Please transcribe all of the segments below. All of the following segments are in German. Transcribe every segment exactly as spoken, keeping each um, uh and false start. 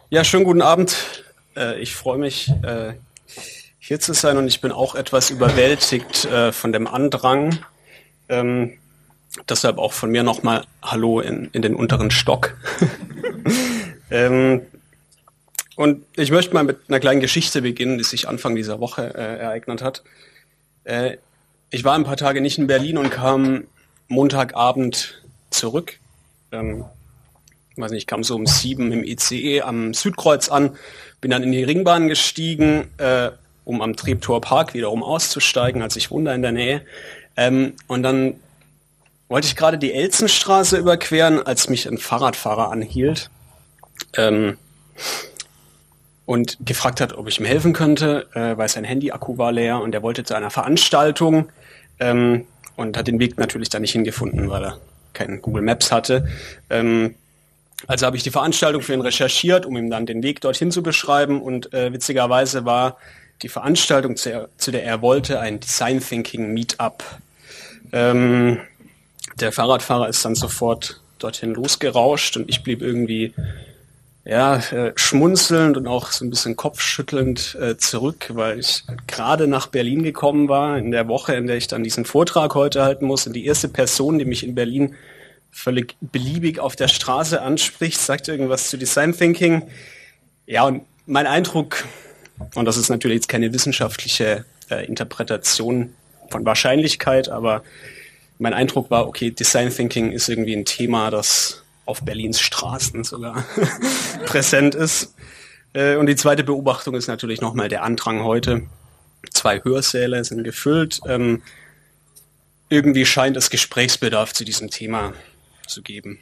Ja, schönen guten Abend. Äh, ich freue mich, äh, hier zu sein, und ich bin auch etwas überwältigt äh, von dem Andrang. Ähm, deshalb auch von mir nochmal Hallo in, in den unteren Stock. ähm, und ich möchte mal mit einer kleinen Geschichte beginnen, die sich Anfang dieser Woche äh, ereignet hat. Äh, ich war ein paar Tage nicht in Berlin und kam Montagabend zurück. Ähm, Ich weiß nicht, ich kam so um sieben im I C E am Südkreuz an, bin dann in die Ringbahn gestiegen, äh, um am Treptower Park wiederum auszusteigen, als ich wohne da in der Nähe. Ähm, und dann wollte ich gerade die Elzenstraße überqueren, als mich ein Fahrradfahrer anhielt ähm, und gefragt hat, ob ich ihm helfen könnte, äh, weil sein Handy-Akku war leer, und er wollte zu einer Veranstaltung ähm, und hat den Weg natürlich da nicht hingefunden, weil er keinen Google Maps hatte. Ähm, Also habe ich die Veranstaltung für ihn recherchiert, um ihm dann den Weg dorthin zu beschreiben, und äh, witzigerweise war die Veranstaltung, zu, der, zu der er wollte, ein Design Thinking Meetup. Ähm, der Fahrradfahrer ist dann sofort dorthin losgerauscht, und ich blieb irgendwie ja äh, schmunzelnd und auch so ein bisschen kopfschüttelnd äh, zurück, weil ich gerade nach Berlin gekommen war, in der Woche, in der ich dann diesen Vortrag heute halten muss, und die erste Person, die mich in Berlin völlig beliebig auf der Straße anspricht, sagt irgendwas zu Design Thinking. Ja, und mein Eindruck, und das ist natürlich jetzt keine wissenschaftliche äh, Interpretation von Wahrscheinlichkeit, aber mein Eindruck war, okay, Design Thinking ist irgendwie ein Thema, das auf Berlins Straßen sogar präsent ist. Äh, und die zweite Beobachtung ist natürlich nochmal der Andrang heute. Zwei Hörsäle sind gefüllt. Ähm, irgendwie scheint es Gesprächsbedarf zu diesem Thema zu geben.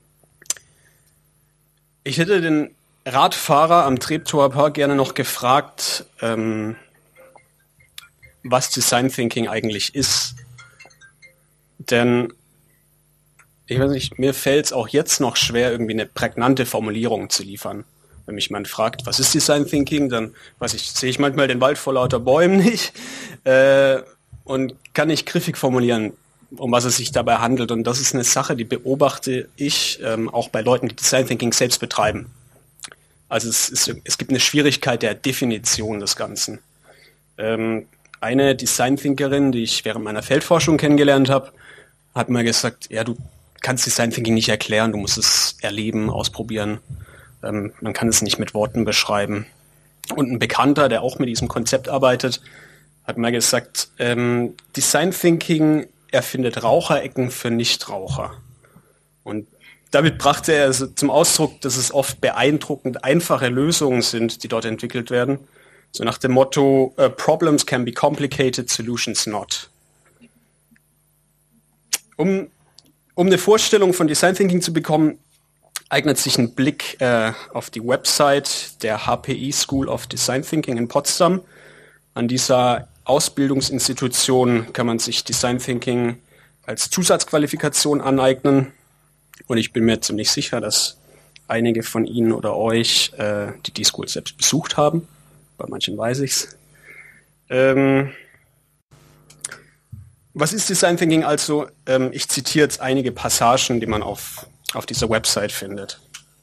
Ich hätte den Radfahrer am Treptower Park gerne noch gefragt, ähm, was Design Thinking eigentlich ist. Denn ich weiß nicht, mir fällt es auch jetzt noch schwer, irgendwie eine prägnante Formulierung zu liefern. Wenn mich jemand fragt, was ist Design Thinking, dann weiß ich, sehe ich manchmal den Wald vor lauter Bäumen nicht äh, und kann nicht griffig formulieren, um was es sich dabei handelt. Und das ist eine Sache, die beobachte ich ähm, auch bei Leuten, die Design Thinking selbst betreiben. Also es, ist, es gibt eine Schwierigkeit der Definition des Ganzen. Ähm, eine Design Thinkerin, die ich während meiner Feldforschung kennengelernt habe, hat mal gesagt, ja, du kannst Design Thinking nicht erklären, du musst es erleben, ausprobieren. Ähm, man kann es nicht mit Worten beschreiben. Und ein Bekannter, der auch mit diesem Konzept arbeitet, hat mal gesagt, ähm, Design Thinking erfindet Raucherecken für Nichtraucher. Und damit brachte er zum Ausdruck, dass es oft beeindruckend einfache Lösungen sind, die dort entwickelt werden. So nach dem Motto, uh, Problems can be complicated, solutions not. Um, um eine Vorstellung von Design Thinking zu bekommen, eignet sich ein Blick äh, auf die Website der H P I School of Design Thinking in Potsdam. An dieser Ausbildungsinstitution kann man sich Design Thinking als Zusatzqualifikation aneignen. Und ich bin mir ziemlich sicher, dass einige von Ihnen oder euch äh, die D-School selbst besucht haben. Bei manchen weiß ich's. Ähm, was ist Design Thinking also? Ähm, ich zitiere jetzt einige Passagen, die man auf, auf dieser Website findet.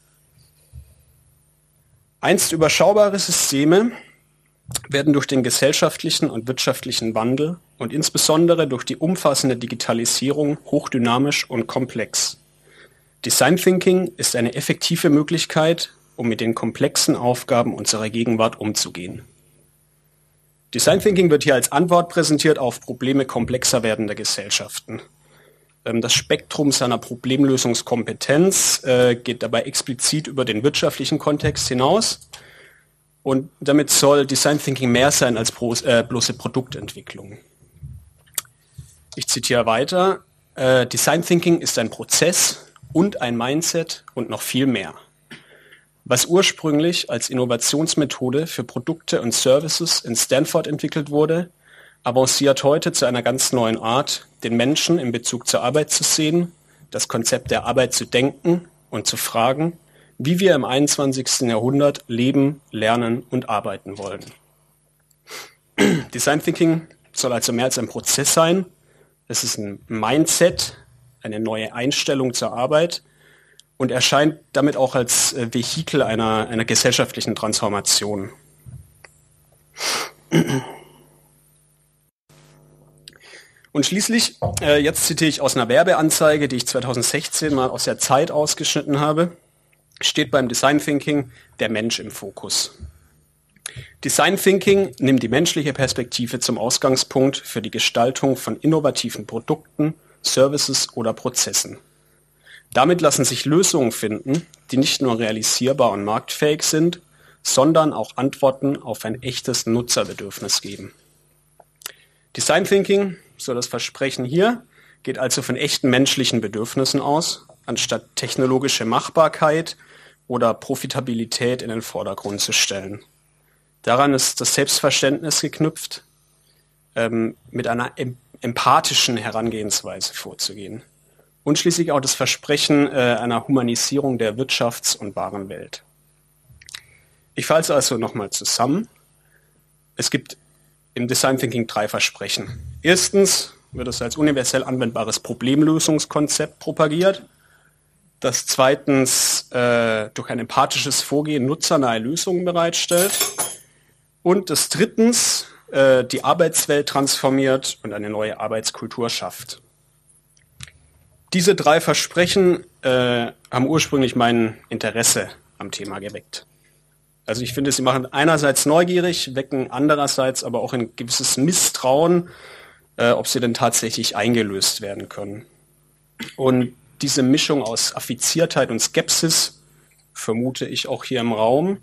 Einst überschaubare Systeme werden durch den gesellschaftlichen und wirtschaftlichen Wandel und insbesondere durch die umfassende Digitalisierung hochdynamisch und komplex. Design Thinking ist eine effektive Möglichkeit, um mit den komplexen Aufgaben unserer Gegenwart umzugehen. Design Thinking wird hier als Antwort präsentiert auf Probleme komplexer werdender Gesellschaften. Das Spektrum seiner Problemlösungskompetenz äh, geht dabei explizit über den wirtschaftlichen Kontext hinaus. Und damit soll Design Thinking mehr sein als äh, bloße Produktentwicklung. Ich zitiere weiter. Äh, Design Thinking ist ein Prozess und ein Mindset und noch viel mehr. Was ursprünglich als Innovationsmethode für Produkte und Services in Stanford entwickelt wurde, avanciert heute zu einer ganz neuen Art, den Menschen in Bezug zur Arbeit zu sehen, das Konzept der Arbeit zu denken und zu fragen, wie wir im einundzwanzigsten Jahrhundert leben, lernen und arbeiten wollen. Design Thinking soll also mehr als ein Prozess sein. Es ist ein Mindset, eine neue Einstellung zur Arbeit. und erscheint damit auch als äh, Vehikel einer, einer gesellschaftlichen Transformation. Und schließlich, äh, jetzt zitiere ich aus einer Werbeanzeige, die ich zweitausendsechzehn mal aus der Zeit ausgeschnitten habe, steht beim Design Thinking der Mensch im Fokus. Design Thinking nimmt die menschliche Perspektive zum Ausgangspunkt für die Gestaltung von innovativen Produkten, Services oder Prozessen. Damit lassen sich Lösungen finden, die nicht nur realisierbar und marktfähig sind, sondern auch Antworten auf ein echtes Nutzerbedürfnis geben. Design Thinking, so das Versprechen hier, geht also von echten menschlichen Bedürfnissen aus, anstatt technologische Machbarkeit oder Profitabilität in den Vordergrund zu stellen. Daran ist das Selbstverständnis geknüpft, ähm, mit einer em- empathischen Herangehensweise vorzugehen. Und schließlich auch das Versprechen äh, einer Humanisierung der Wirtschafts- und Warenwelt. Ich fasse also nochmal zusammen. Es gibt im Design Thinking drei Versprechen. Erstens wird es als universell anwendbares Problemlösungskonzept propagiert, das zweitens äh, durch ein empathisches Vorgehen nutzernahe Lösungen bereitstellt und das drittens äh, die Arbeitswelt transformiert und eine neue Arbeitskultur schafft. Diese drei Versprechen äh, haben ursprünglich mein Interesse am Thema geweckt. Also ich finde, sie machen einerseits neugierig, wecken andererseits aber auch ein gewisses Misstrauen, äh, ob sie denn tatsächlich eingelöst werden können. Und diese Mischung aus Affiziertheit und Skepsis vermute ich auch hier im Raum.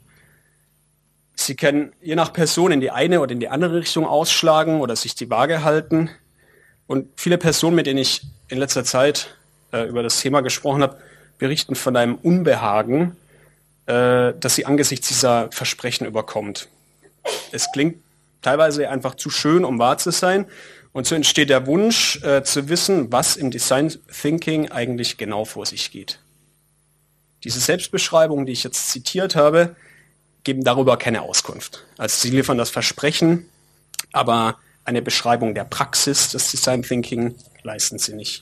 Sie können je nach Person in die eine oder in die andere Richtung ausschlagen oder sich die Waage halten. Und viele Personen, mit denen ich in letzter Zeit äh, über das Thema gesprochen habe, berichten von einem Unbehagen, äh, das sie angesichts dieser Versprechen überkommt. Es klingt teilweise einfach zu schön, um wahr zu sein. Und so entsteht der Wunsch, äh, zu wissen, was im Design Thinking eigentlich genau vor sich geht. Diese Selbstbeschreibungen, die ich jetzt zitiert habe, geben darüber keine Auskunft. Also sie liefern das Versprechen, aber eine Beschreibung der Praxis des Design Thinking leisten sie nicht.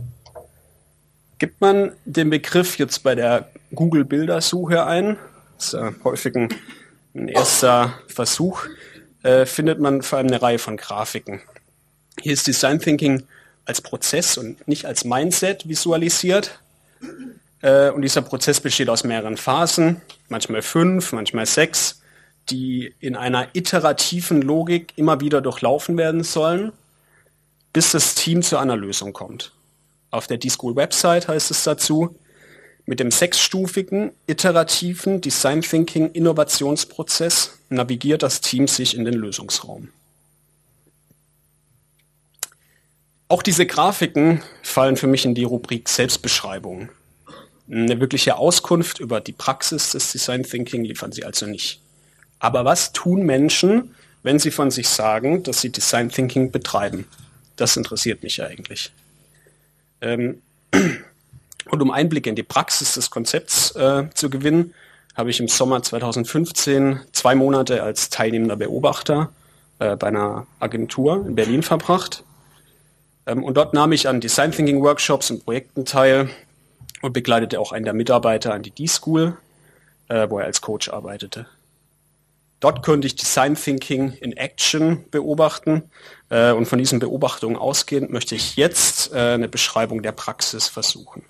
Gibt man den Begriff jetzt bei der Google-Bildersuche ein, das ist ja häufig ein, ein erster Versuch, äh, findet man vor allem eine Reihe von Grafiken. Hier ist Design Thinking als Prozess und nicht als Mindset visualisiert. Äh, und dieser Prozess besteht aus mehreren Phasen, manchmal fünf, manchmal sechs, die in einer iterativen Logik immer wieder durchlaufen werden sollen, bis das Team zu einer Lösung kommt. Auf der D-School-Website heißt es dazu, mit dem sechsstufigen, iterativen Design Thinking Innovationsprozess navigiert das Team sich in den Lösungsraum. Auch diese Grafiken fallen für mich in die Rubrik Selbstbeschreibung. Eine wirkliche Auskunft über die Praxis des Design Thinking liefern sie also nicht. Aber was tun Menschen, wenn sie von sich sagen, dass sie Design Thinking betreiben? Das interessiert mich eigentlich. Ähm, und um Einblicke in die Praxis des Konzepts äh, zu gewinnen, habe ich im Sommer zweitausendfünfzehn zwei Monate als teilnehmender Beobachter äh, bei einer Agentur in Berlin verbracht. Ähm, und dort nahm ich an Design Thinking Workshops und Projekten teil und begleitete auch einen der Mitarbeiter an die D-School, äh, wo er als Coach arbeitete. Dort konnte ich Design Thinking in Action beobachten äh, und von diesen Beobachtungen ausgehend möchte ich jetzt äh, eine Beschreibung der Praxis versuchen.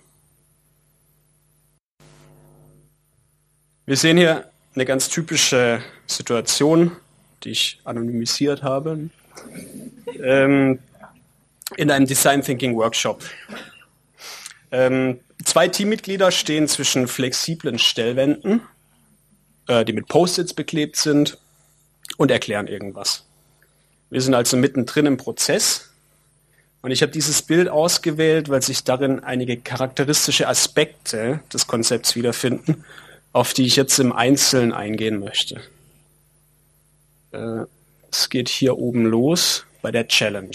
Wir sehen hier eine ganz typische Situation, die ich anonymisiert habe, ähm, in einem Design Thinking Workshop. Ähm, zwei Teammitglieder stehen zwischen flexiblen Stellwänden, äh, die mit Post-its beklebt sind, und erklären irgendwas. Wir sind also mittendrin im Prozess und ich habe dieses Bild ausgewählt, weil sich darin einige charakteristische Aspekte des Konzepts wiederfinden, auf die ich jetzt im Einzelnen eingehen möchte. Äh, es geht hier oben los bei der Challenge.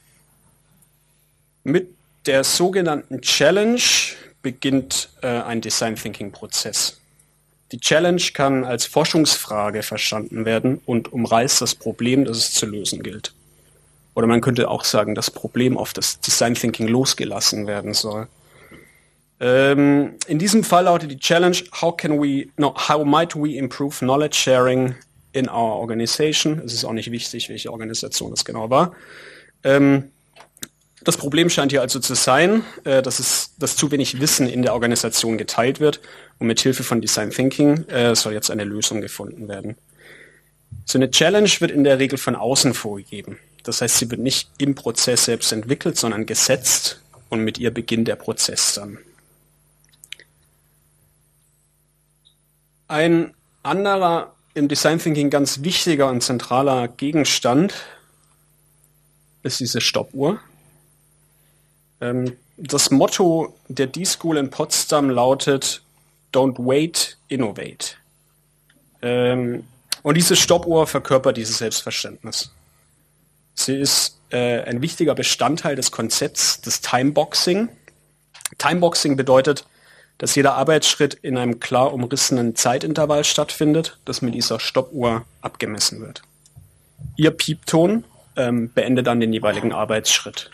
Mit der sogenannten Challenge beginnt äh, ein Design Thinking Prozess. Die Challenge kann als Forschungsfrage verstanden werden und umreißt das Problem, das es zu lösen gilt. Oder man könnte auch sagen, das Problem, auf das Design Thinking losgelassen werden soll. Ähm, in diesem Fall lautet die Challenge, how can we, no, how might we improve knowledge sharing in our organization? Es ist auch nicht wichtig, welche Organisation das genau war. Ähm, das Problem scheint hier also zu sein, äh, dass es, dass zu wenig Wissen in der Organisation geteilt wird und mit Hilfe von Design Thinking äh, soll jetzt eine Lösung gefunden werden. So eine Challenge wird in der Regel von außen vorgegeben. Das heißt, sie wird nicht im Prozess selbst entwickelt, sondern gesetzt und mit ihr beginnt der Prozess dann. Ein anderer im Design Thinking ganz wichtiger und zentraler Gegenstand ist diese Stoppuhr. Ähm, das Motto der D-School in Potsdam lautet Don't wait, innovate. Ähm, und diese Stoppuhr verkörpert dieses Selbstverständnis. Sie ist äh, ein wichtiger Bestandteil des Konzepts des Timeboxing. Timeboxing bedeutet, dass jeder Arbeitsschritt in einem klar umrissenen Zeitintervall stattfindet, das mit dieser Stoppuhr abgemessen wird. Ihr Piepton ähm, beendet dann den jeweiligen Arbeitsschritt.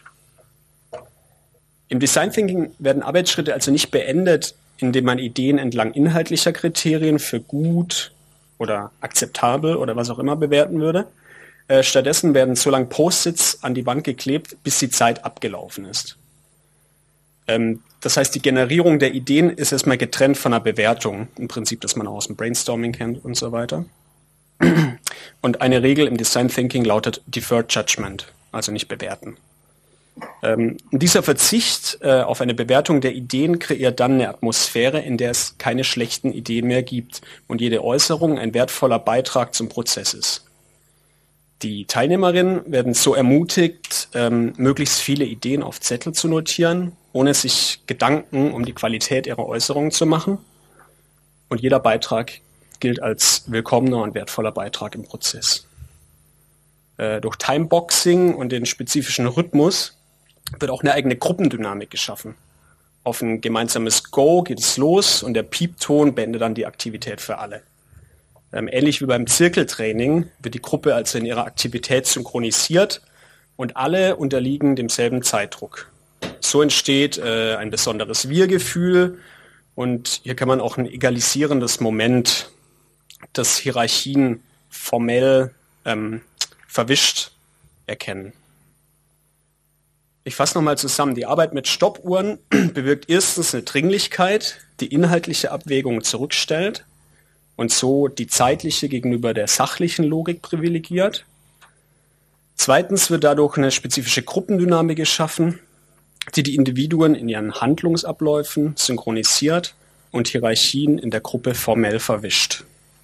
Im Design Thinking werden Arbeitsschritte also nicht beendet, indem man Ideen entlang inhaltlicher Kriterien für gut oder akzeptabel oder was auch immer bewerten würde. Äh, stattdessen werden so lange Post-its an die Wand geklebt, bis die Zeit abgelaufen ist. Ähm, das heißt, die Generierung der Ideen ist erstmal getrennt von einer Bewertung, im Prinzip, das man auch aus dem Brainstorming kennt und so weiter. Und eine Regel im Design Thinking lautet Deferred Judgment, also nicht bewerten. Ähm, dieser Verzicht äh, auf eine Bewertung der Ideen kreiert dann eine Atmosphäre, in der es keine schlechten Ideen mehr gibt und jede Äußerung ein wertvoller Beitrag zum Prozess ist. Die Teilnehmerinnen werden so ermutigt, ähm, möglichst viele Ideen auf Zettel zu notieren, ohne sich Gedanken um die Qualität ihrer Äußerungen zu machen. Und jeder Beitrag gilt als willkommener und wertvoller Beitrag im Prozess. Äh, durch Timeboxing und den spezifischen Rhythmus wird auch eine eigene Gruppendynamik geschaffen. Auf ein gemeinsames Go geht es los und der Piepton beendet dann die Aktivität für alle. Ähm, ähnlich wie beim Zirkeltraining wird die Gruppe also in ihrer Aktivität synchronisiert und alle unterliegen demselben Zeitdruck. So entsteht äh, ein besonderes Wir-Gefühl und hier kann man auch ein egalisierendes Moment, das Hierarchien formell ähm, verwischt, erkennen. Ich fasse nochmal zusammen. Die Arbeit mit Stoppuhren bewirkt erstens eine Dringlichkeit, die inhaltliche Abwägung zurückstellt und so die zeitliche gegenüber der sachlichen Logik privilegiert. Zweitens wird dadurch eine spezifische Gruppendynamik geschaffen, die die Individuen in ihren Handlungsabläufen synchronisiert und Hierarchien in der Gruppe formell verwischt.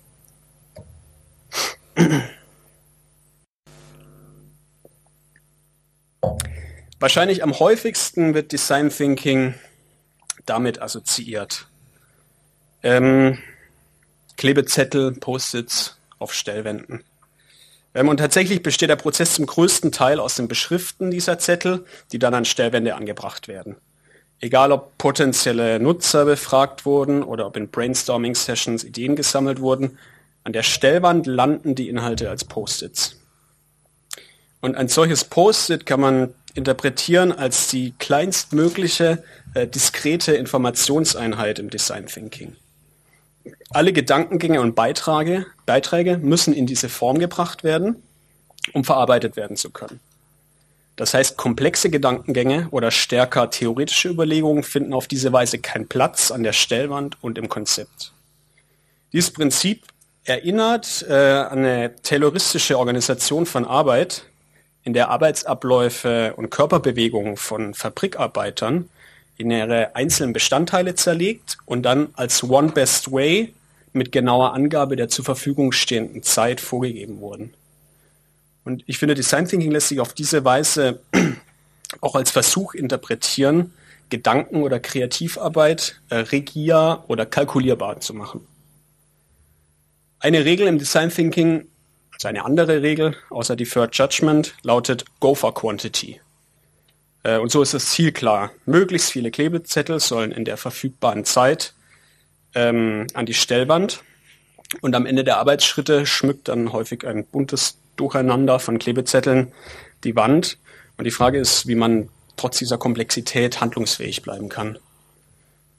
Wahrscheinlich am häufigsten wird Design Thinking damit assoziiert. Ähm, Klebezettel, Post-its auf Stellwänden. Ähm, und tatsächlich besteht der Prozess zum größten Teil aus dem Beschriften dieser Zettel, die dann an Stellwände angebracht werden. Egal ob potenzielle Nutzer befragt wurden oder ob in Brainstorming-Sessions Ideen gesammelt wurden, an der Stellwand landen die Inhalte als Post-its. Und ein solches Post-it kann man interpretieren als die kleinstmögliche, äh, diskrete Informationseinheit im Design Thinking. Alle Gedankengänge und Beiträge, Beiträge müssen in diese Form gebracht werden, um verarbeitet werden zu können. Das heißt, komplexe Gedankengänge oder stärker theoretische Überlegungen finden auf diese Weise keinen Platz an der Stellwand und im Konzept. Dieses Prinzip erinnert äh, an eine tayloristische Organisation von Arbeit, in der Arbeitsabläufe und Körperbewegungen von Fabrikarbeitern in ihre einzelnen Bestandteile zerlegt und dann als One Best Way mit genauer Angabe der zur Verfügung stehenden Zeit vorgegeben wurden. Und ich finde, Design Thinking lässt sich auf diese Weise auch als Versuch interpretieren, Gedanken- oder Kreativarbeit äh, regier- oder kalkulierbar zu machen. Eine Regel im Design Thinking, also eine andere Regel, außer Deferred Judgment, lautet Go for Quantity. Äh, und so ist das Ziel klar. Möglichst viele Klebezettel sollen in der verfügbaren Zeit ähm, an die Stellwand. Und am Ende der Arbeitsschritte schmückt dann häufig ein buntes Durcheinander von Klebezetteln die Wand. Und die Frage ist, wie man trotz dieser Komplexität handlungsfähig bleiben kann.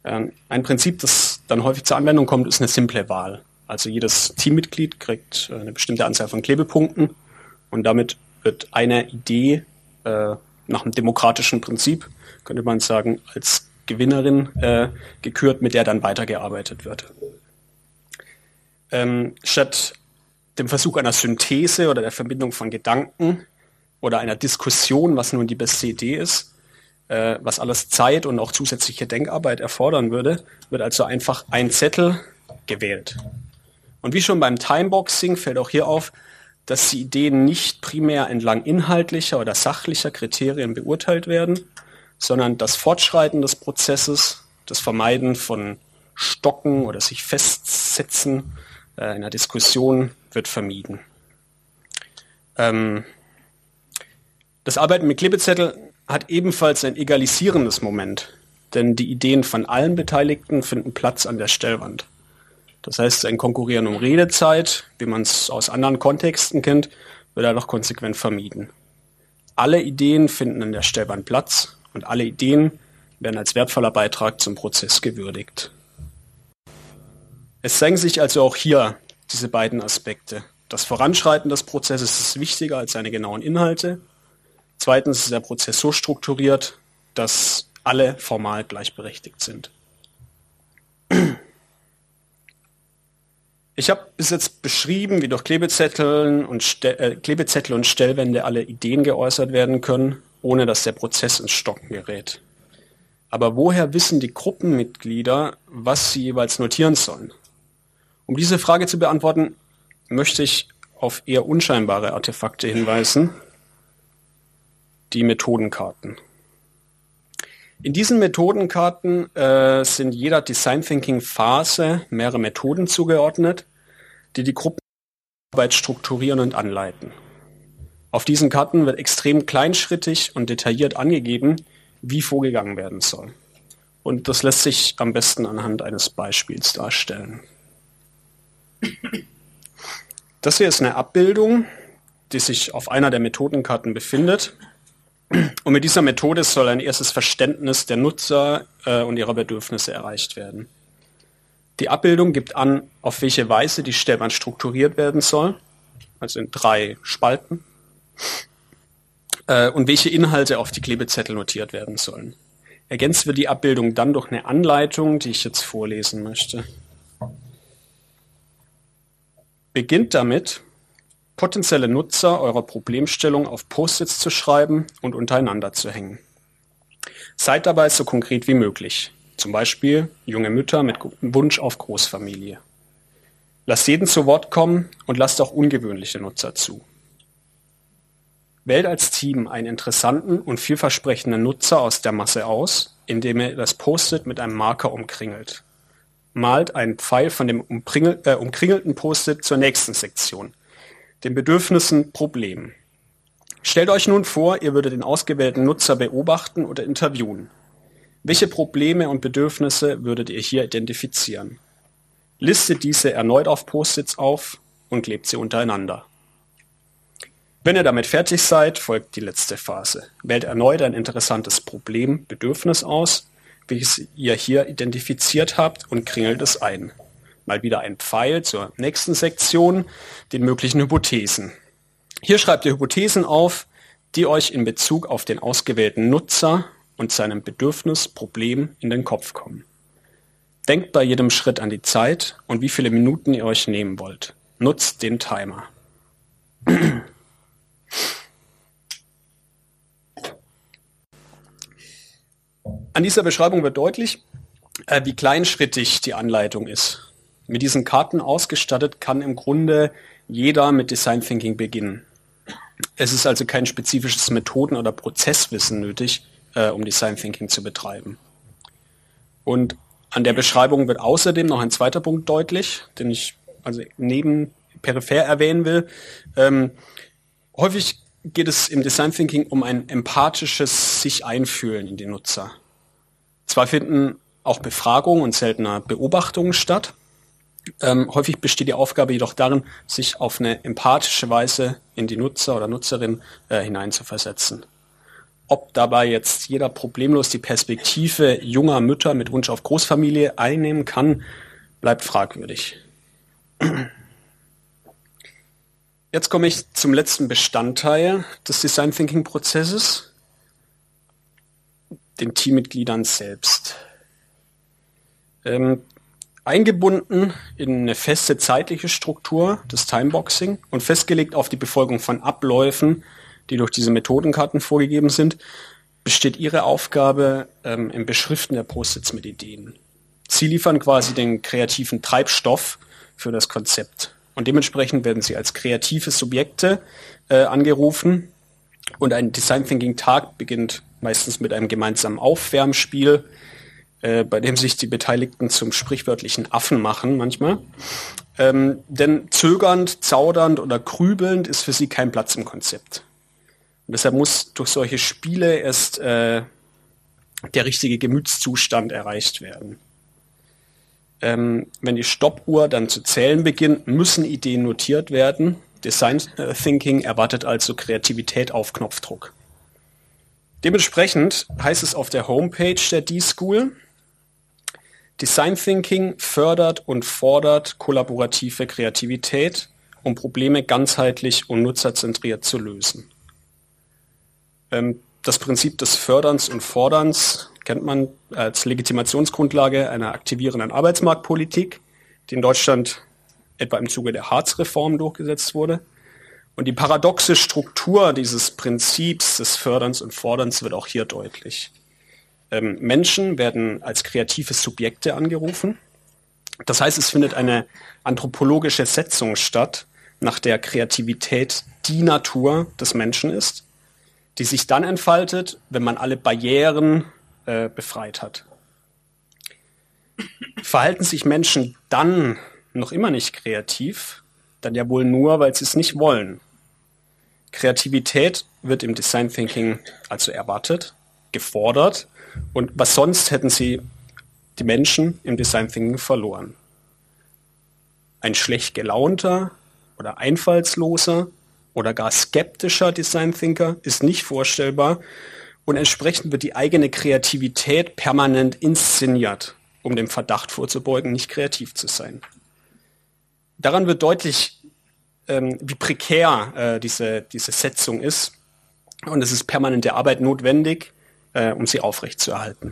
Ähm, ein Prinzip, das dann häufig zur Anwendung kommt, ist eine simple Wahl. Also jedes Teammitglied kriegt äh, eine bestimmte Anzahl von Klebepunkten und damit wird eine Idee äh, nach einem demokratischen Prinzip, könnte man sagen, als Gewinnerin äh, gekürt, mit der dann weitergearbeitet wird. Ähm, statt dem Versuch einer Synthese oder der Verbindung von Gedanken oder einer Diskussion, was nun die beste Idee ist, äh, was alles Zeit und auch zusätzliche Denkarbeit erfordern würde, wird also einfach ein Zettel gewählt. Und wie schon beim Timeboxing fällt auch hier auf, dass die Ideen nicht primär entlang inhaltlicher oder sachlicher Kriterien beurteilt werden, sondern das Fortschreiten des Prozesses, das Vermeiden von Stocken oder sich festsetzen äh, in einer Diskussion wird vermieden. Ähm, das Arbeiten mit Klebezetteln hat ebenfalls ein egalisierendes Moment, denn die Ideen von allen Beteiligten finden Platz an der Stellwand. Das heißt, ein Konkurrieren um Redezeit, wie man es aus anderen Kontexten kennt, wird dadurch konsequent vermieden. Alle Ideen finden an der Stellwand Platz und alle Ideen werden als wertvoller Beitrag zum Prozess gewürdigt. Es zeigen sich also auch hier diese beiden Aspekte. Das Voranschreiten des Prozesses ist wichtiger als seine genauen Inhalte. Zweitens ist der Prozess so strukturiert, dass alle formal gleichberechtigt sind. Ich habe bis jetzt beschrieben, wie durch Klebezetteln und Ste- äh, Klebezettel und Stellwände alle Ideen geäußert werden können, ohne dass der Prozess ins Stocken gerät. Aber woher wissen die Gruppenmitglieder, was sie jeweils notieren sollen? Um diese Frage zu beantworten, möchte ich auf eher unscheinbare Artefakte hinweisen, die Methodenkarten. In diesen Methodenkarten äh, sind jeder Design Thinking Phase mehrere Methoden zugeordnet, die die Gruppenarbeit strukturieren und anleiten. Auf diesen Karten wird extrem kleinschrittig und detailliert angegeben, wie vorgegangen werden soll. Und das lässt sich am besten anhand eines Beispiels darstellen. Das hier ist eine Abbildung, die sich auf einer der Methodenkarten befindet. Und mit dieser Methode soll ein erstes Verständnis der Nutzer äh, und ihrer Bedürfnisse erreicht werden. Die Abbildung gibt an, auf welche Weise die Stellwand strukturiert werden soll, also in drei Spalten, äh, und welche Inhalte auf die Klebezettel notiert werden sollen. Ergänzt wird die Abbildung dann durch eine Anleitung, die ich jetzt vorlesen möchte. Beginnt damit, potenzielle Nutzer eurer Problemstellung auf Post-its zu schreiben und untereinander zu hängen. Seid dabei so konkret wie möglich. Zum Beispiel junge Mütter mit Wunsch auf Großfamilie. Lasst jeden zu Wort kommen und lasst auch ungewöhnliche Nutzer zu. Wählt als Team einen interessanten und vielversprechenden Nutzer aus der Masse aus, indem ihr das Post-it mit einem Marker umkringelt. Malt einen Pfeil von dem umkringel, äh, umkringelten Post-it zur nächsten Sektion. Den Bedürfnissen Problemen. Stellt euch nun vor, ihr würdet den ausgewählten Nutzer beobachten oder interviewen. Welche Probleme und Bedürfnisse würdet ihr hier identifizieren? Listet diese erneut auf Post-its auf und klebt sie untereinander. Wenn ihr damit fertig seid, folgt die letzte Phase. Wählt erneut ein interessantes Problem, Bedürfnis aus, welches ihr hier identifiziert habt und kringelt es ein. Mal wieder ein Pfeil zur nächsten Sektion, den möglichen Hypothesen. Hier schreibt ihr Hypothesen auf, die euch in Bezug auf den ausgewählten Nutzer und seinem Bedürfnis, Problem in den Kopf kommen. Denkt bei jedem Schritt an die Zeit und wie viele Minuten ihr euch nehmen wollt. Nutzt den Timer. An dieser Beschreibung wird deutlich, äh, wie kleinschrittig die Anleitung ist. Mit diesen Karten ausgestattet kann im Grunde jeder mit Design Thinking beginnen. Es ist also kein spezifisches Methoden- oder Prozesswissen nötig, äh, um Design Thinking zu betreiben. Und an der Beschreibung wird außerdem noch ein zweiter Punkt deutlich, den ich also neben peripher erwähnen will. Ähm, häufig geht es im Design Thinking um ein empathisches sich einfühlen in die Nutzer. Zwar finden auch Befragungen und seltener Beobachtungen statt. Ähm, häufig besteht die Aufgabe jedoch darin, sich auf eine empathische Weise in die Nutzer oder Nutzerin äh, hineinzuversetzen. Ob dabei jetzt jeder problemlos die Perspektive junger Mütter mit Wunsch auf Großfamilie einnehmen kann, bleibt fragwürdig. Jetzt komme ich zum letzten Bestandteil des Design Thinking Prozesses, den Teammitgliedern selbst. Ähm, eingebunden in eine feste zeitliche Struktur, das Timeboxing, und festgelegt auf die Befolgung von Abläufen, die durch diese Methodenkarten vorgegeben sind, besteht ihre Aufgabe ähm, im Beschriften der Post-its mit Ideen. Sie liefern quasi den kreativen Treibstoff für das Konzept. Und dementsprechend werden sie als kreative Subjekte äh, angerufen. Und ein Design Thinking Tag beginnt meistens mit einem gemeinsamen Aufwärmspiel, äh, bei dem sich die Beteiligten zum sprichwörtlichen Affen machen manchmal. Ähm, denn zögernd, zaudernd oder grübelnd ist für sie kein Platz im Konzept. Und deshalb muss durch solche Spiele erst äh, der richtige Gemütszustand erreicht werden. Ähm, wenn die Stoppuhr dann zu zählen beginnt, müssen Ideen notiert werden. Design Thinking erwartet also Kreativität auf Knopfdruck. Dementsprechend heißt es auf der Homepage der D-School, Design Thinking fördert und fordert kollaborative Kreativität, um Probleme ganzheitlich und nutzerzentriert zu lösen. Das Prinzip des Förderns und Forderns kennt man als Legitimationsgrundlage einer aktivierenden Arbeitsmarktpolitik, die in Deutschland etwa im Zuge der Hartz-Reform durchgesetzt wurde. Und die paradoxe Struktur dieses Prinzips des Förderns und Forderns wird auch hier deutlich. Ähm, Menschen werden als kreative Subjekte angerufen. Das heißt, es findet eine anthropologische Setzung statt, nach der Kreativität die Natur des Menschen ist, die sich dann entfaltet, wenn man alle Barrieren äh, befreit hat. Verhalten sich Menschen dann noch immer nicht kreativ, dann ja wohl nur, weil sie es nicht wollen. Kreativität wird im Design Thinking also erwartet, gefordert, und was sonst hätten sie die Menschen im Design Thinking verloren. Ein schlecht gelaunter oder einfallsloser oder gar skeptischer Design Thinker ist nicht vorstellbar, und entsprechend wird die eigene Kreativität permanent inszeniert, um dem Verdacht vorzubeugen, nicht kreativ zu sein. Daran wird deutlich, ähm, wie prekär äh, diese, diese Setzung ist, und es ist permanente Arbeit notwendig, äh, um sie aufrechtzuerhalten.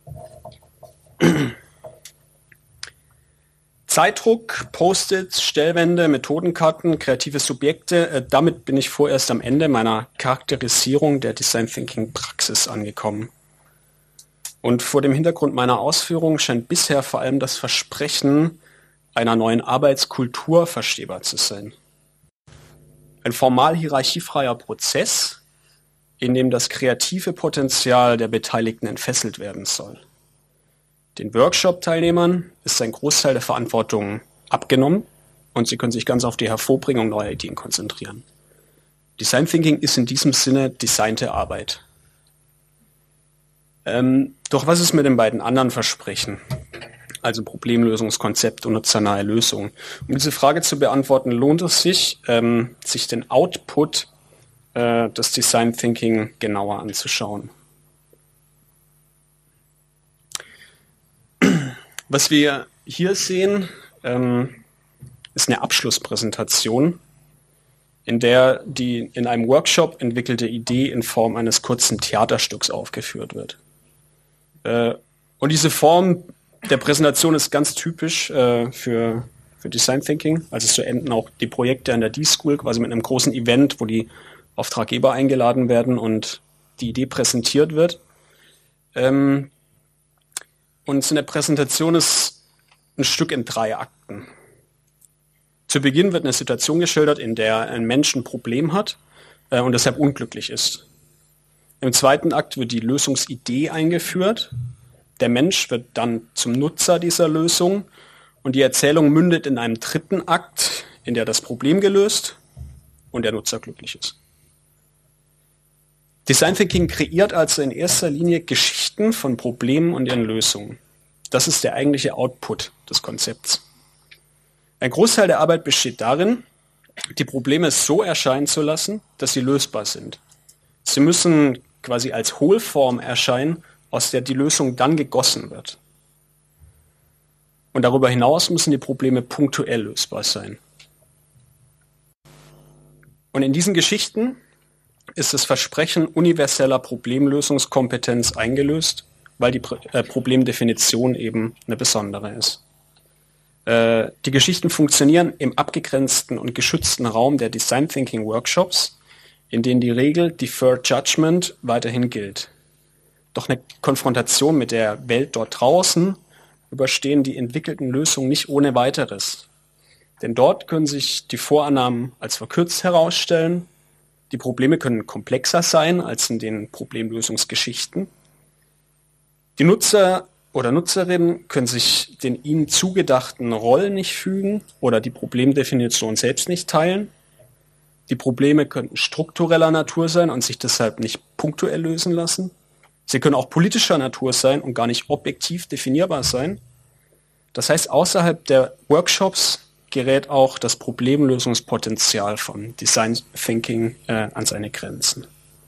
Zeitdruck, Post-its, Stellwände, Methodenkarten, kreative Subjekte, äh, damit bin ich vorerst am Ende meiner Charakterisierung der Design Thinking Praxis angekommen. Und vor dem Hintergrund meiner Ausführungen scheint bisher vor allem das Versprechen einer neuen Arbeitskultur verstehbar zu sein. Ein formal hierarchiefreier Prozess, in dem das kreative Potenzial der Beteiligten entfesselt werden soll. Den Workshop-Teilnehmern ist ein Großteil der Verantwortung abgenommen und sie können sich ganz auf die Hervorbringung neuer Ideen konzentrieren. Design Thinking ist in diesem Sinne designte Arbeit. Ähm, doch was ist mit den beiden anderen Versprechen? Also Problemlösungskonzept und nutzernahe Lösungen. Um diese Frage zu beantworten, lohnt es sich, ähm, sich den Output äh, des Design Thinking genauer anzuschauen. Was wir hier sehen, ähm, ist eine Abschlusspräsentation, in der die in einem Workshop entwickelte Idee in Form eines kurzen Theaterstücks aufgeführt wird. Äh, und diese Form der Präsentation ist ganz typisch äh, für, für Design Thinking. Also so enden auch die Projekte an der D-School quasi mit einem großen Event, wo die Auftraggeber eingeladen werden und die Idee präsentiert wird. Ähm, Und so eine Präsentation ist ein Stück in drei Akten. Zu Beginn wird eine Situation geschildert, in der ein Mensch ein Problem hat äh, und deshalb unglücklich ist. Im zweiten Akt wird die Lösungsidee eingeführt. Der Mensch wird dann zum Nutzer dieser Lösung und die Erzählung mündet in einem dritten Akt, in der das Problem gelöst und der Nutzer glücklich ist. Design Thinking kreiert also in erster Linie Geschichten von Problemen und ihren Lösungen. Das ist der eigentliche Output des Konzepts. Ein Großteil der Arbeit besteht darin, die Probleme so erscheinen zu lassen, dass sie lösbar sind. Sie müssen quasi als Hohlform erscheinen, aus der die Lösung dann gegossen wird. Und darüber hinaus müssen die Probleme punktuell lösbar sein. Und in diesen Geschichten ist das Versprechen universeller Problemlösungskompetenz eingelöst, weil die äh, Problemdefinition eben eine besondere ist. Äh, die Geschichten funktionieren im abgegrenzten und geschützten Raum der Design Thinking Workshops, in denen die Regel Deferred Judgment weiterhin gilt. Doch eine Konfrontation mit der Welt dort draußen überstehen die entwickelten Lösungen nicht ohne weiteres. Denn dort können sich die Vorannahmen als verkürzt herausstellen. Die Probleme können komplexer sein als in den Problemlösungsgeschichten. Die Nutzer oder Nutzerinnen können sich den ihnen zugedachten Rollen nicht fügen oder die Problemdefinition selbst nicht teilen. Die Probleme könnten struktureller Natur sein und sich deshalb nicht punktuell lösen lassen. Sie können auch politischer Natur sein und gar nicht objektiv definierbar sein. Das heißt, außerhalb der Workshops gerät auch das Problemlösungspotenzial von Design Thinking äh, an seine Grenzen.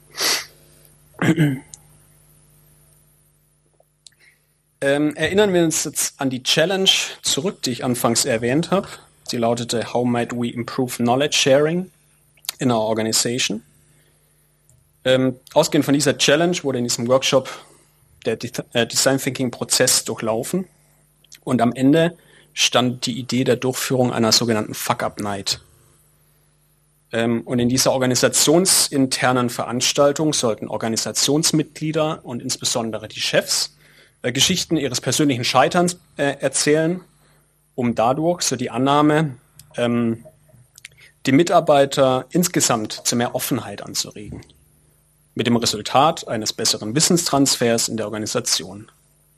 ähm, erinnern wir uns jetzt an die Challenge zurück, die ich anfangs erwähnt habe. Sie lautete How might we improve knowledge sharing in our organization? Ähm, ausgehend von dieser Challenge wurde in diesem Workshop der De- äh, Design Thinking Prozess durchlaufen und am Ende stand die Idee der Durchführung einer sogenannten Fuck-Up-Night. Ähm, und in dieser organisationsinternen Veranstaltung sollten Organisationsmitglieder und insbesondere die Chefs äh, Geschichten ihres persönlichen Scheiterns äh, erzählen, um dadurch, so die Annahme, ähm, die Mitarbeiter insgesamt zu mehr Offenheit anzuregen. Mit dem Resultat eines besseren Wissenstransfers in der Organisation.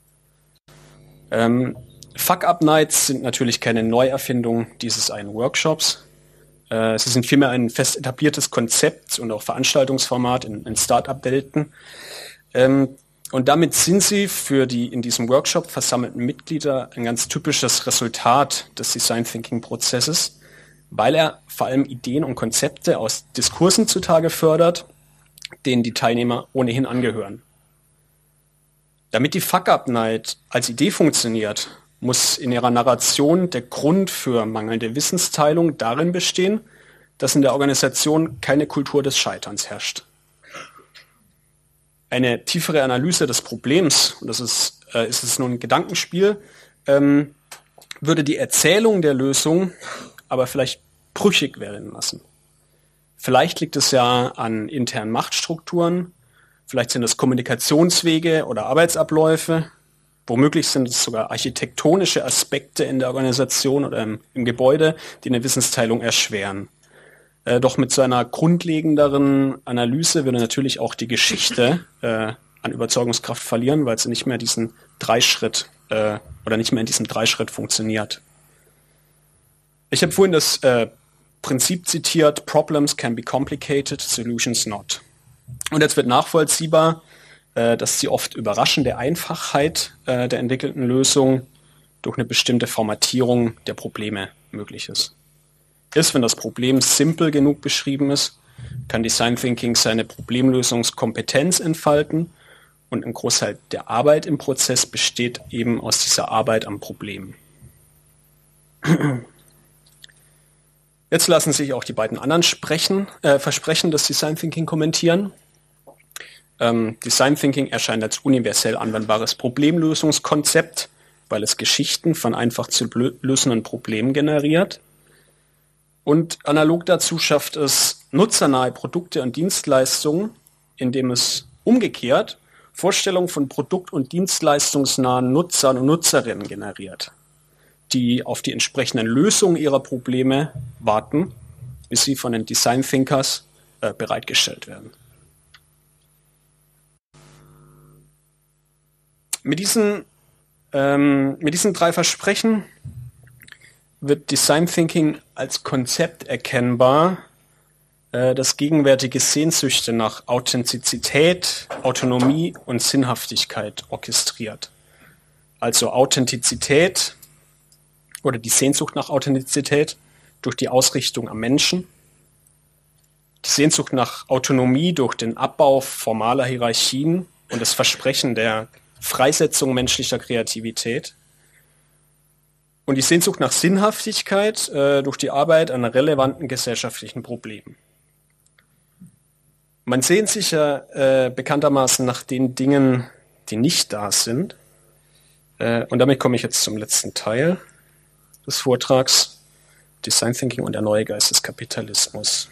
Ähm, Fuck-Up-Nights sind natürlich keine Neuerfindung dieses einen Workshops. Äh, sie sind vielmehr ein fest etabliertes Konzept und auch Veranstaltungsformat in, in Start-up-Welten. Ähm, und damit sind sie für die in diesem Workshop versammelten Mitglieder ein ganz typisches Resultat des Design-Thinking-Prozesses, weil er vor allem Ideen und Konzepte aus Diskursen zutage fördert, denen die Teilnehmer ohnehin angehören. Damit die Fuck-Up-Night als Idee funktioniert, muss in ihrer Narration der Grund für mangelnde Wissensteilung darin bestehen, dass in der Organisation keine Kultur des Scheiterns herrscht. Eine tiefere Analyse des Problems, und das ist, äh, ist es nun ein Gedankenspiel, ähm, würde die Erzählung der Lösung aber vielleicht brüchig werden lassen. Vielleicht liegt es ja an internen Machtstrukturen, vielleicht sind es Kommunikationswege oder Arbeitsabläufe, womöglich sind es sogar architektonische Aspekte in der Organisation oder im, im Gebäude, die eine Wissensteilung erschweren. Äh, doch mit so einer grundlegenderen Analyse würde natürlich auch die Geschichte äh, an Überzeugungskraft verlieren, weil sie nicht mehr diesen Dreischritt äh, oder nicht mehr in diesem Dreischritt funktioniert. Ich habe vorhin das äh, Prinzip zitiert, Problems can be complicated, solutions not. Und jetzt wird nachvollziehbar, äh, dass die oft überraschende Einfachheit äh, der entwickelten Lösung durch eine bestimmte Formatierung der Probleme möglich ist. Ist, wenn das Problem simpel genug beschrieben ist, kann Design Thinking seine Problemlösungskompetenz entfalten und ein Großteil der Arbeit im Prozess besteht eben aus dieser Arbeit am Problem. Jetzt lassen sich auch die beiden anderen sprechen, äh, Versprechen des Design Thinking kommentieren. Ähm, Design Thinking erscheint als universell anwendbares Problemlösungskonzept, weil es Geschichten von einfach zu lösenden Problemen generiert. Und analog dazu schafft es nutzernahe Produkte und Dienstleistungen, indem es umgekehrt Vorstellungen von produkt- und dienstleistungsnahen Nutzern und Nutzerinnen generiert, die auf die entsprechenden Lösungen ihrer Probleme warten, bis sie von den Design Thinkers äh, bereitgestellt werden. Mit diesen, ähm, mit diesen drei Versprechen wird Design Thinking als Konzept erkennbar, äh, das gegenwärtige Sehnsüchte nach Authentizität, Autonomie und Sinnhaftigkeit orchestriert. Also Authentizität oder die Sehnsucht nach Authentizität durch die Ausrichtung am Menschen, die Sehnsucht nach Autonomie durch den Abbau formaler Hierarchien und das Versprechen der Freisetzung menschlicher Kreativität. Und die Sehnsucht nach Sinnhaftigkeit äh, durch die Arbeit an relevanten gesellschaftlichen Problemen. Man sehnt sich ja äh, bekanntermaßen nach den Dingen, die nicht da sind. Äh, und damit komme ich jetzt zum letzten Teil des Vortrags. Design Thinking und der neue Geist des Kapitalismus.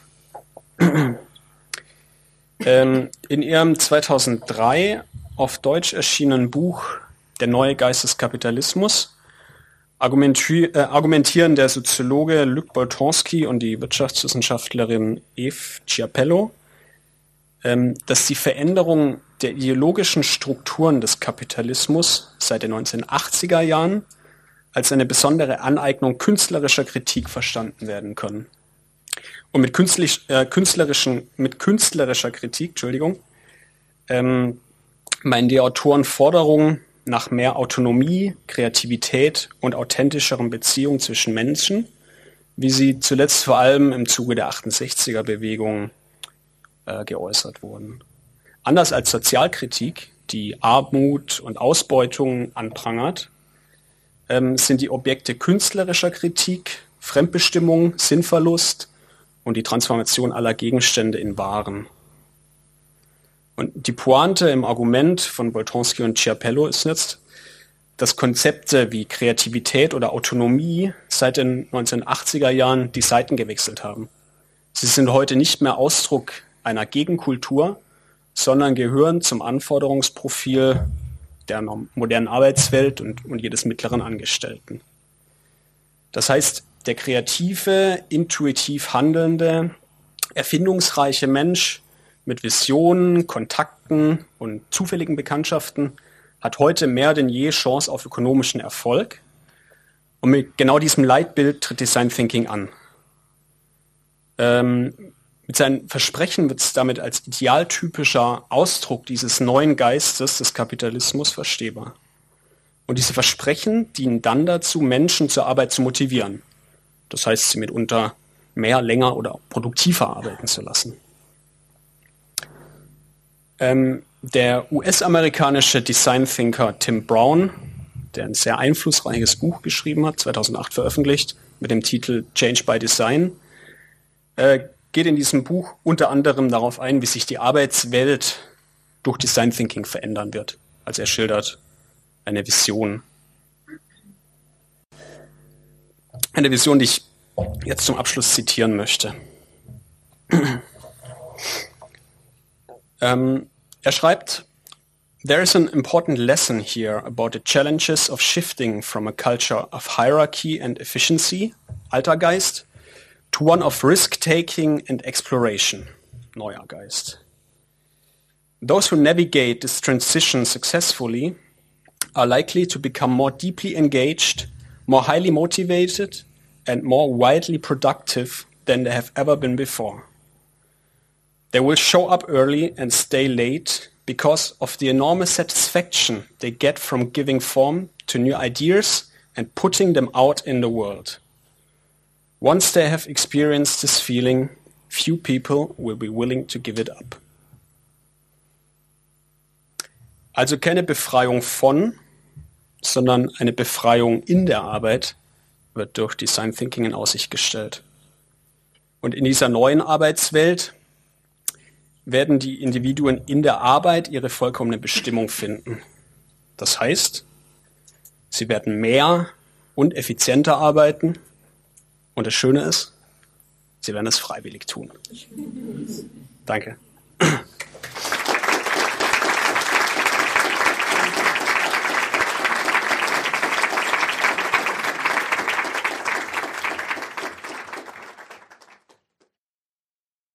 ähm, in ihrem zweitausenddrei auf Deutsch erschienenen Buch Der neue Geist des Kapitalismus argumenti äh, argumentieren der Soziologe Luc Boltanski und die Wirtschaftswissenschaftlerin Eve Chiapello, ähm, dass die Veränderung der ideologischen Strukturen des Kapitalismus seit den neunzehnhundertachtziger Jahren als eine besondere Aneignung künstlerischer Kritik verstanden werden können. Und mit, künstlich, äh, künstlerischen, mit künstlerischer Kritik, Entschuldigung, ähm, meinen die Autoren Forderungen nach mehr Autonomie, Kreativität und authentischeren Beziehungen zwischen Menschen, wie sie zuletzt vor allem im Zuge der achtundsechziger-Bewegung äh, geäußert wurden. Anders als Sozialkritik, die Armut und Ausbeutung anprangert, ähm, sind die Objekte künstlerischer Kritik Fremdbestimmung, Sinnverlust und die Transformation aller Gegenstände in Waren. Und die Pointe im Argument von Boltanski und Chiapello ist jetzt, dass Konzepte wie Kreativität oder Autonomie seit den neunzehnhundertachtziger Jahren die Seiten gewechselt haben. Sie sind heute nicht mehr Ausdruck einer Gegenkultur, sondern gehören zum Anforderungsprofil der modernen Arbeitswelt und, und jedes mittleren Angestellten. Das heißt, der kreative, intuitiv handelnde, erfindungsreiche Mensch mit Visionen, Kontakten und zufälligen Bekanntschaften hat heute mehr denn je Chance auf ökonomischen Erfolg. Und mit genau diesem Leitbild tritt Design Thinking an. Ähm, mit seinen Versprechen wird es damit als idealtypischer Ausdruck dieses neuen Geistes des Kapitalismus verstehbar. Und diese Versprechen dienen dann dazu, Menschen zur Arbeit zu motivieren. Das heißt, sie mitunter mehr, länger oder produktiver arbeiten zu lassen. Ähm, der U S-amerikanische Design-Thinker Tim Brown, der ein sehr einflussreiches Buch geschrieben hat, zweitausendacht veröffentlicht, mit dem Titel Change by Design, äh, geht in diesem Buch unter anderem darauf ein, wie sich die Arbeitswelt durch Design Thinking verändern wird. Also er schildert eine Vision. Eine Vision, die ich jetzt zum Abschluss zitieren möchte. ähm, er schreibt, "There is an important lesson here about the challenges of shifting from a culture of hierarchy and efficiency, alter Geist, to one of risk-taking and exploration, neuer Geist. Those who navigate this transition successfully are likely to become more deeply engaged, more highly motivated, and more widely productive than they have ever been before. They will show up early and stay late because of the enormous satisfaction they get from giving form to new ideas and putting them out in the world. Once they have experienced this feeling, few people will be willing to give it up." Also keine Befreiung von, sondern eine Befreiung in der Arbeit wird durch Design Thinking in Aussicht gestellt. Und in dieser neuen Arbeitswelt werden die Individuen in der Arbeit ihre vollkommene Bestimmung finden. Das heißt, sie werden mehr und effizienter arbeiten. Und das Schöne ist, sie werden es freiwillig tun. Danke.